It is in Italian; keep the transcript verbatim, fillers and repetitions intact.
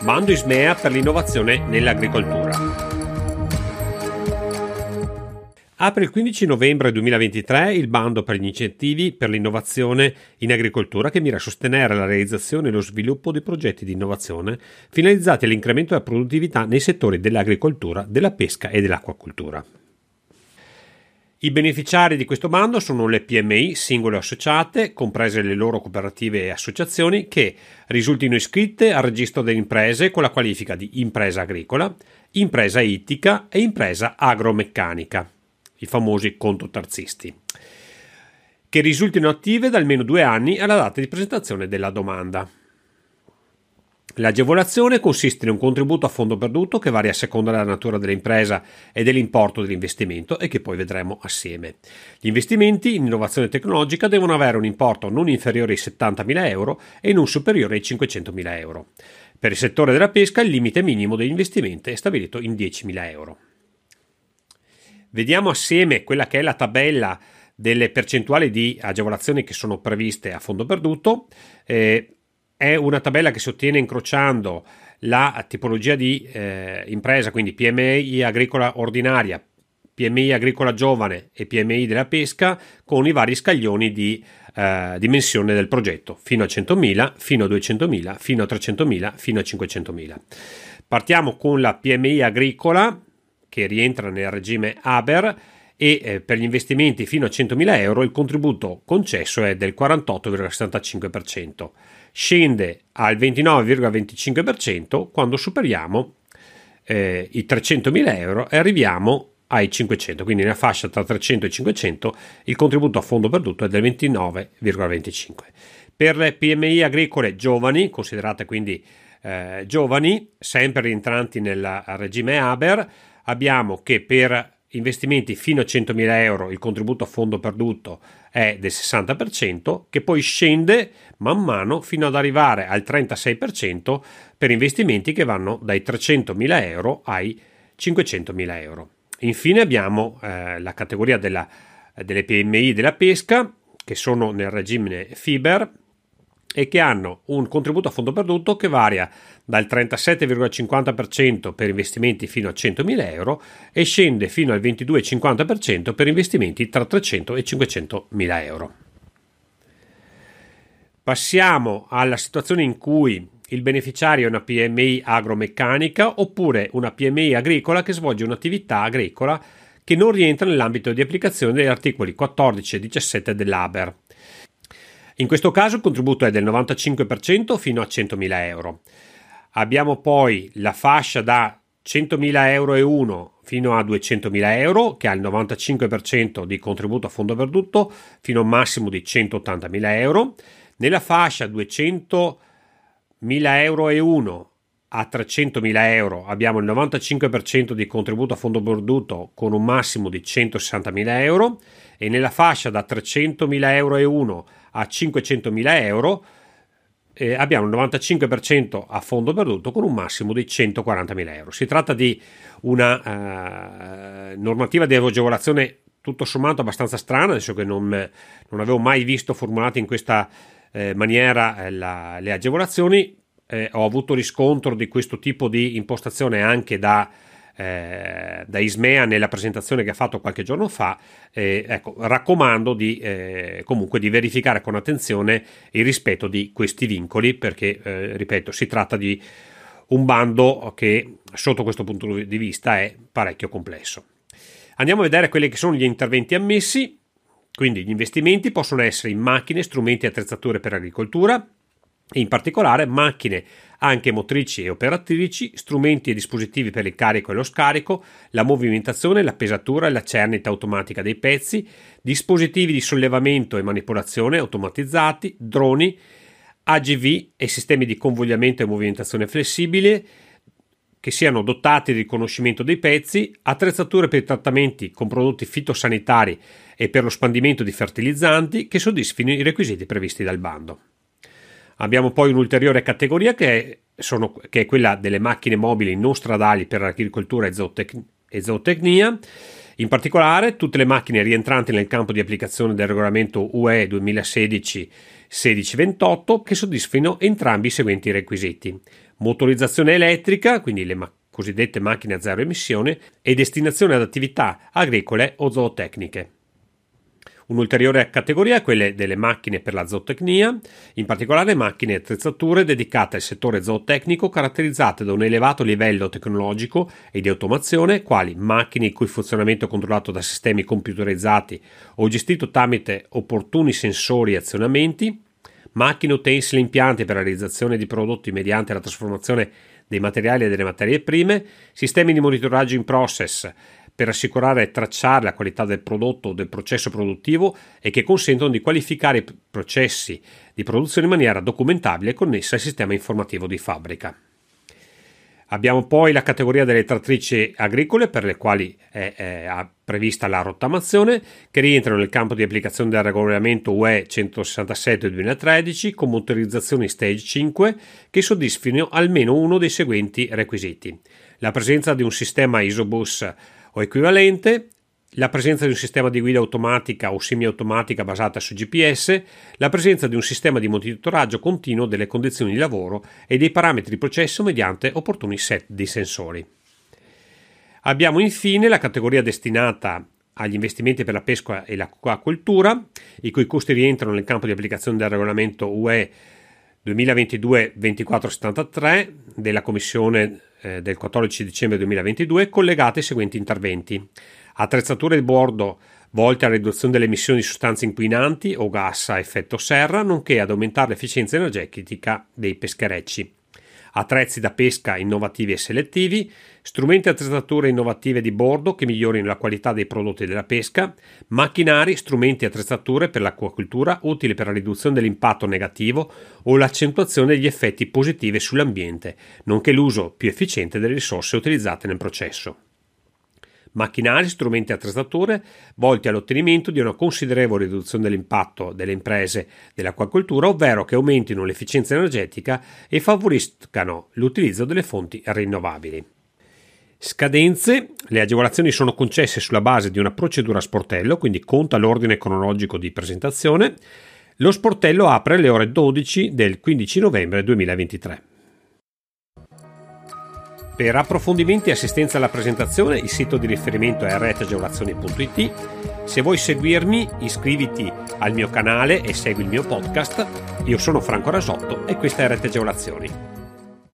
Bando ISMEA per l'innovazione nell'agricoltura. Apre il quindici novembre duemilaventitré il bando per gli incentivi per l'innovazione in agricoltura che mira a sostenere la realizzazione e lo sviluppo di progetti di innovazione finalizzati all'incremento della produttività nei settori dell'agricoltura, della pesca e dell'acquacoltura. I beneficiari di questo bando sono le P M I singole o associate, comprese le loro cooperative e associazioni, che risultino iscritte al registro delle imprese con la qualifica di impresa agricola, impresa ittica e impresa agromeccanica, i famosi contoterzisti, che risultino attive da almeno due anni alla data di presentazione della domanda. L'agevolazione consiste in un contributo a fondo perduto che varia a seconda della natura dell'impresa e dell'importo dell'investimento e che poi vedremo assieme. Gli investimenti in innovazione tecnologica devono avere un importo non inferiore ai settantamila euro e non superiore ai cinquecentomila euro. Per il settore della pesca il limite minimo degli investimenti è stabilito in diecimila euro. Vediamo assieme quella che è la tabella delle percentuali di agevolazioni che sono previste a fondo perduto. Eh, è una tabella che si ottiene incrociando la tipologia di eh, impresa, quindi P M I agricola ordinaria, P M I agricola giovane e P M I della pesca, con i vari scaglioni di eh, dimensione del progetto, fino a centomila, fino a duecentomila, fino a trecentomila, fino a cinquecentomila. Partiamo con la P M I agricola, che rientra nel regime A B E R, e eh, per gli investimenti fino a centomila euro il contributo concesso è del quarantotto virgola sessantacinque per cento. Scende al ventinove virgola venticinque per cento quando superiamo eh, i trecentomila euro e arriviamo ai cinquecento, quindi nella fascia tra trecento e cinquecento il contributo a fondo perduto è del ventinove virgola venticinque. Per le P M I agricole giovani, considerate quindi eh, giovani, sempre rientranti nel regime A B E R, abbiamo che per investimenti fino a centomila euro il contributo a fondo perduto è del sessanta per cento, che poi scende man mano fino ad arrivare al trentasei per cento per investimenti che vanno dai trecentomila euro ai cinquecentomila euro. Infine abbiamo eh, la categoria della, delle P M I della pesca, che sono nel regime F I B E R e che hanno un contributo a fondo perduto che varia dal trentasette virgola cinquanta per cento per investimenti fino a centomila euro e scende fino al ventidue virgola cinquanta per cento per investimenti tra trecento e cinquecentomila euro. Passiamo alla situazione in cui il beneficiario è una P M I agromeccanica oppure una P M I agricola che svolge un'attività agricola che non rientra nell'ambito di applicazione degli articoli quattordici e diciassette dell'A B E R. In questo caso il contributo è del novantacinque per cento fino a centomila euro. Abbiamo poi la fascia da centomila euro e uno fino a duecentomila euro che ha il novantacinque per cento di contributo a fondo perduto fino a un massimo di centottantamila euro. Nella fascia duecentomila euro e uno a trecentomila euro abbiamo il novantacinque per cento di contributo a fondo perduto con un massimo di centosessantamila euro e nella fascia da trecentomila euro e uno a cinquecentomila euro eh, abbiamo il novantacinque per cento a fondo perduto con un massimo di centoquarantamila euro. Si tratta di una eh, normativa di agevolazione tutto sommato abbastanza strana, adesso che non, non avevo mai visto formulate in questa eh, maniera eh, la, le agevolazioni. Eh, ho avuto riscontro di questo tipo di impostazione anche da, eh, da ISMEA nella presentazione che ha fatto qualche giorno fa. Eh, ecco, raccomando di, eh, comunque di verificare con attenzione il rispetto di questi vincoli perché, eh, ripeto, si tratta di un bando che sotto questo punto di vista è parecchio complesso. Andiamo a vedere quelli che sono gli interventi ammessi. Quindi gli investimenti possono essere in macchine, strumenti e attrezzature per agricoltura, in particolare macchine anche motrici e operatrici, strumenti e dispositivi per il carico e lo scarico, la movimentazione, la pesatura e la cernita automatica dei pezzi, dispositivi di sollevamento e manipolazione automatizzati, droni, A G V e sistemi di convogliamento e movimentazione flessibile che siano dotati di riconoscimento dei pezzi, attrezzature per i trattamenti con prodotti fitosanitari e per lo spandimento di fertilizzanti che soddisfino i requisiti previsti dal bando. Abbiamo poi un'ulteriore categoria che è, sono, che è quella delle macchine mobili non stradali per agricoltura e, zootec- e zootecnia. In particolare, tutte le macchine rientranti nel campo di applicazione del regolamento U E duemilasedici sedici ventotto che soddisfino entrambi i seguenti requisiti: motorizzazione elettrica, quindi le ma- cosiddette macchine a zero emissione, e destinazione ad attività agricole o zootecniche. Un'ulteriore categoria è quelle delle macchine per la zootecnia, in particolare macchine e attrezzature dedicate al settore zootecnico caratterizzate da un elevato livello tecnologico e di automazione, quali macchine il cui funzionamento è controllato da sistemi computerizzati o gestito tramite opportuni sensori e azionamenti, macchine utensili e impianti per la realizzazione di prodotti mediante la trasformazione dei materiali e delle materie prime, sistemi di monitoraggio in process per assicurare e tracciare la qualità del prodotto o del processo produttivo e che consentono di qualificare i processi di produzione in maniera documentabile e connessa al sistema informativo di fabbrica. Abbiamo poi la categoria delle trattrici agricole, per le quali è, è prevista la rottamazione, che rientrano nel campo di applicazione del regolamento U E centosessantasette duemilatredici con motorizzazioni Stage cinque che soddisfino almeno uno dei seguenti requisiti: la presenza di un sistema Isobus o equivalente, la presenza di un sistema di guida automatica o semiautomatica basata su G P S, la presenza di un sistema di monitoraggio continuo delle condizioni di lavoro e dei parametri di processo mediante opportuni set di sensori. Abbiamo infine la categoria destinata agli investimenti per la pesca e l'acquacoltura, i cui costi rientrano nel campo di applicazione del regolamento U E duemilaventidue ventiquattrosettantatré della Commissione eh, del quattordici dicembre duemilaventidue, collegate ai seguenti interventi: attrezzature di bordo volte alla riduzione delle emissioni di sostanze inquinanti o gas a effetto serra, nonché ad aumentare l'efficienza energetica dei pescherecci; attrezzi da pesca innovativi e selettivi; strumenti e attrezzature innovative di bordo che migliorino la qualità dei prodotti della pesca; macchinari, strumenti e attrezzature per l'acquacoltura utili per la riduzione dell'impatto negativo o l'accentuazione degli effetti positivi sull'ambiente, nonché l'uso più efficiente delle risorse utilizzate nel processo; macchinari, strumenti e attrezzature volti all'ottenimento di una considerevole riduzione dell'impatto delle imprese dell'acquacoltura, ovvero che aumentino l'efficienza energetica e favoriscano l'utilizzo delle fonti rinnovabili. Scadenze: le agevolazioni sono concesse sulla base di una procedura a sportello, quindi conta l'ordine cronologico di presentazione. Lo sportello apre alle ore dodici del quindici novembre duemilaventitré. Per approfondimenti e assistenza alla presentazione, il sito di riferimento è reteagevolazioni punto it. Se vuoi seguirmi, iscriviti al mio canale e segui il mio podcast. Io sono Franco Rasotto e questa è Rete Agevolazioni.